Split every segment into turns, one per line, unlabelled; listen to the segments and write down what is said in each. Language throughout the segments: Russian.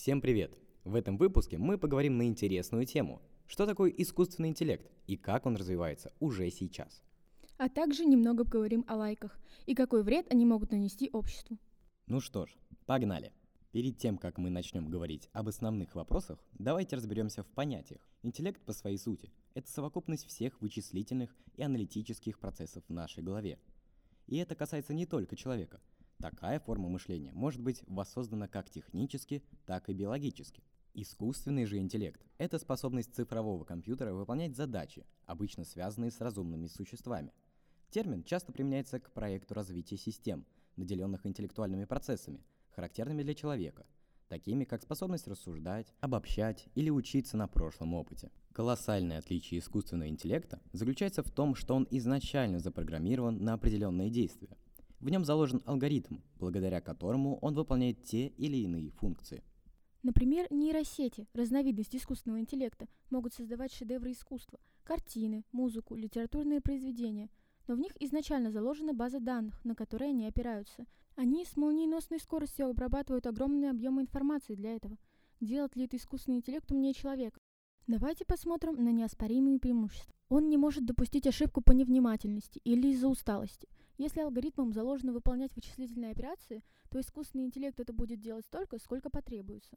Всем привет! В этом выпуске мы поговорим на интересную тему. Что такое искусственный интеллект и как он развивается уже сейчас?
А также немного поговорим о лайках и какой вред они могут нанести обществу.
Ну что ж, погнали! Перед тем, как мы начнем говорить об основных вопросах, давайте разберемся в понятиях. Интеллект по своей сути – это совокупность всех вычислительных и аналитических процессов в нашей голове. И это касается не только человека. Такая форма мышления может быть воссоздана как технически, так и биологически. Искусственный же интеллект – это способность цифрового компьютера выполнять задачи, обычно связанные с разумными существами. Термин часто применяется к проекту развития систем, наделенных интеллектуальными процессами, характерными для человека, такими как способность рассуждать, обобщать или учиться на прошлом опыте. Колоссальное отличие искусственного интеллекта заключается в том, что он изначально запрограммирован на определенные действия. В нем заложен алгоритм, благодаря которому он выполняет те или иные функции.
Например, нейросети, разновидность искусственного интеллекта, могут создавать шедевры искусства, картины, музыку, литературные произведения, но в них изначально заложена база данных, на которые они опираются. Они с молниеносной скоростью обрабатывают огромные объемы информации для этого. Делает ли это искусственный интеллект умнее человека? Давайте посмотрим на неоспоримые преимущества. Он не может допустить ошибку по невнимательности или из-за усталости. Если алгоритмам заложено выполнять вычислительные операции, то искусственный интеллект это будет делать столько, сколько потребуется.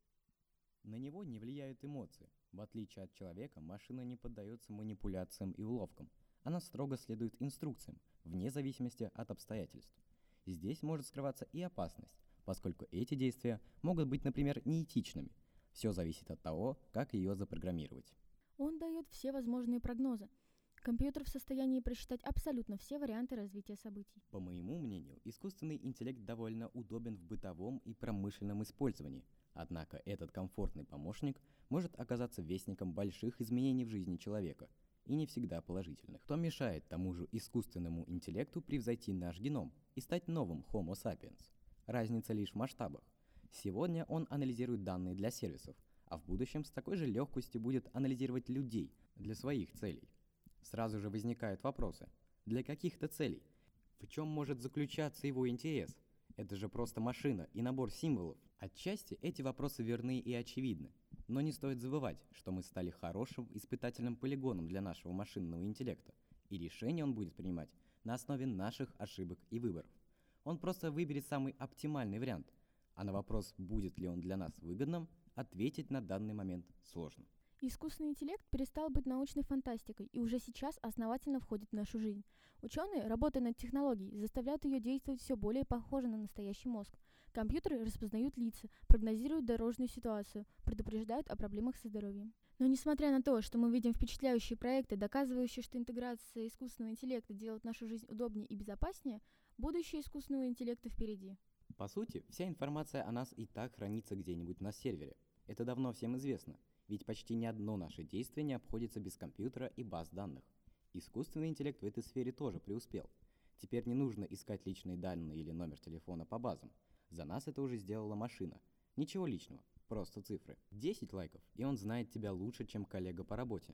На него не влияют эмоции. В отличие от человека, машина не поддается манипуляциям и уловкам. Она строго следует инструкциям, вне зависимости от обстоятельств. Здесь может скрываться и опасность, поскольку эти действия могут быть, например, неэтичными. Все зависит от того, как ее запрограммировать.
Он дает все возможные прогнозы. Компьютер в состоянии просчитать абсолютно все варианты развития событий.
По моему мнению, искусственный интеллект довольно удобен в бытовом и промышленном использовании. Однако этот комфортный помощник может оказаться вестником больших изменений в жизни человека, и не всегда положительных. Что мешает тому же искусственному интеллекту превзойти наш геном и стать новым Homo sapiens? Разница лишь в масштабах. Сегодня он анализирует данные для сервисов, а в будущем с такой же легкостью будет анализировать людей для своих целей. Сразу же возникают вопросы. Для каких-то целей? В чем может заключаться его интерес? Это же просто машина и набор символов. Отчасти эти вопросы верны и очевидны. Но не стоит забывать, что мы стали хорошим испытательным полигоном для нашего машинного интеллекта, и решение он будет принимать на основе наших ошибок и выборов. Он просто выберет самый оптимальный вариант, а на вопрос, будет ли он для нас выгодным, ответить на данный момент сложно.
Искусственный интеллект перестал быть научной фантастикой и уже сейчас основательно входит в нашу жизнь. Ученые, работая над технологией, заставляют ее действовать все более похоже на настоящий мозг. Компьютеры распознают лица, прогнозируют дорожную ситуацию, предупреждают о проблемах со здоровьем. Но несмотря на то, что мы видим впечатляющие проекты, доказывающие, что интеграция искусственного интеллекта делает нашу жизнь удобнее и безопаснее, будущее искусственного интеллекта впереди.
По сути, вся информация о нас и так хранится где-нибудь на сервере. Это давно всем известно, ведь почти ни одно наше действие не обходится без компьютера и баз данных. Искусственный интеллект в этой сфере тоже преуспел. Теперь не нужно искать личные данные или номер телефона по базам. За нас это уже сделала машина. Ничего личного, просто цифры. 10 лайков, и он знает тебя лучше, чем коллега по работе.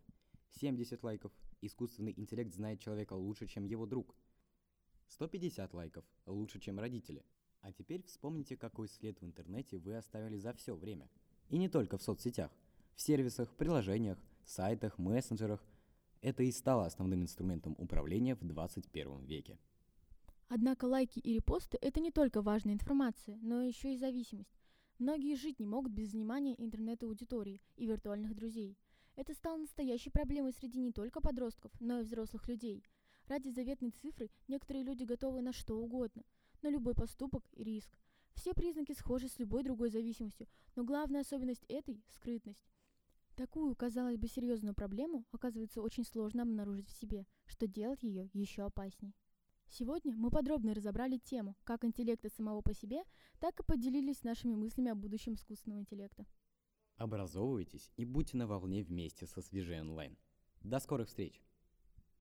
70 лайков, искусственный интеллект знает человека лучше, чем его друг. 150 лайков, лучше, чем родители. А теперь вспомните, какой след в интернете вы оставили за все время. И не только в соцсетях. В сервисах, приложениях, сайтах, мессенджерах. Это и стало основным инструментом управления в 21 веке.
Однако лайки и репосты – это не только важная информация, но еще и зависимость. Многие жить не могут без внимания интернет-аудитории и виртуальных друзей. Это стало настоящей проблемой среди не только подростков, но и взрослых людей. Ради заветной цифры некоторые люди готовы на что угодно, на любой поступок и риск. Все признаки схожи с любой другой зависимостью, но главная особенность этой – скрытность. Такую, казалось бы, серьезную проблему оказывается очень сложно обнаружить в себе, что делает ее еще опасней. Сегодня мы подробно разобрали тему как интеллекта самого по себе, так и поделились нашими мыслями о будущем искусственного интеллекта.
Образовывайтесь и будьте на волне вместе со Свежей онлайн. До скорых встреч!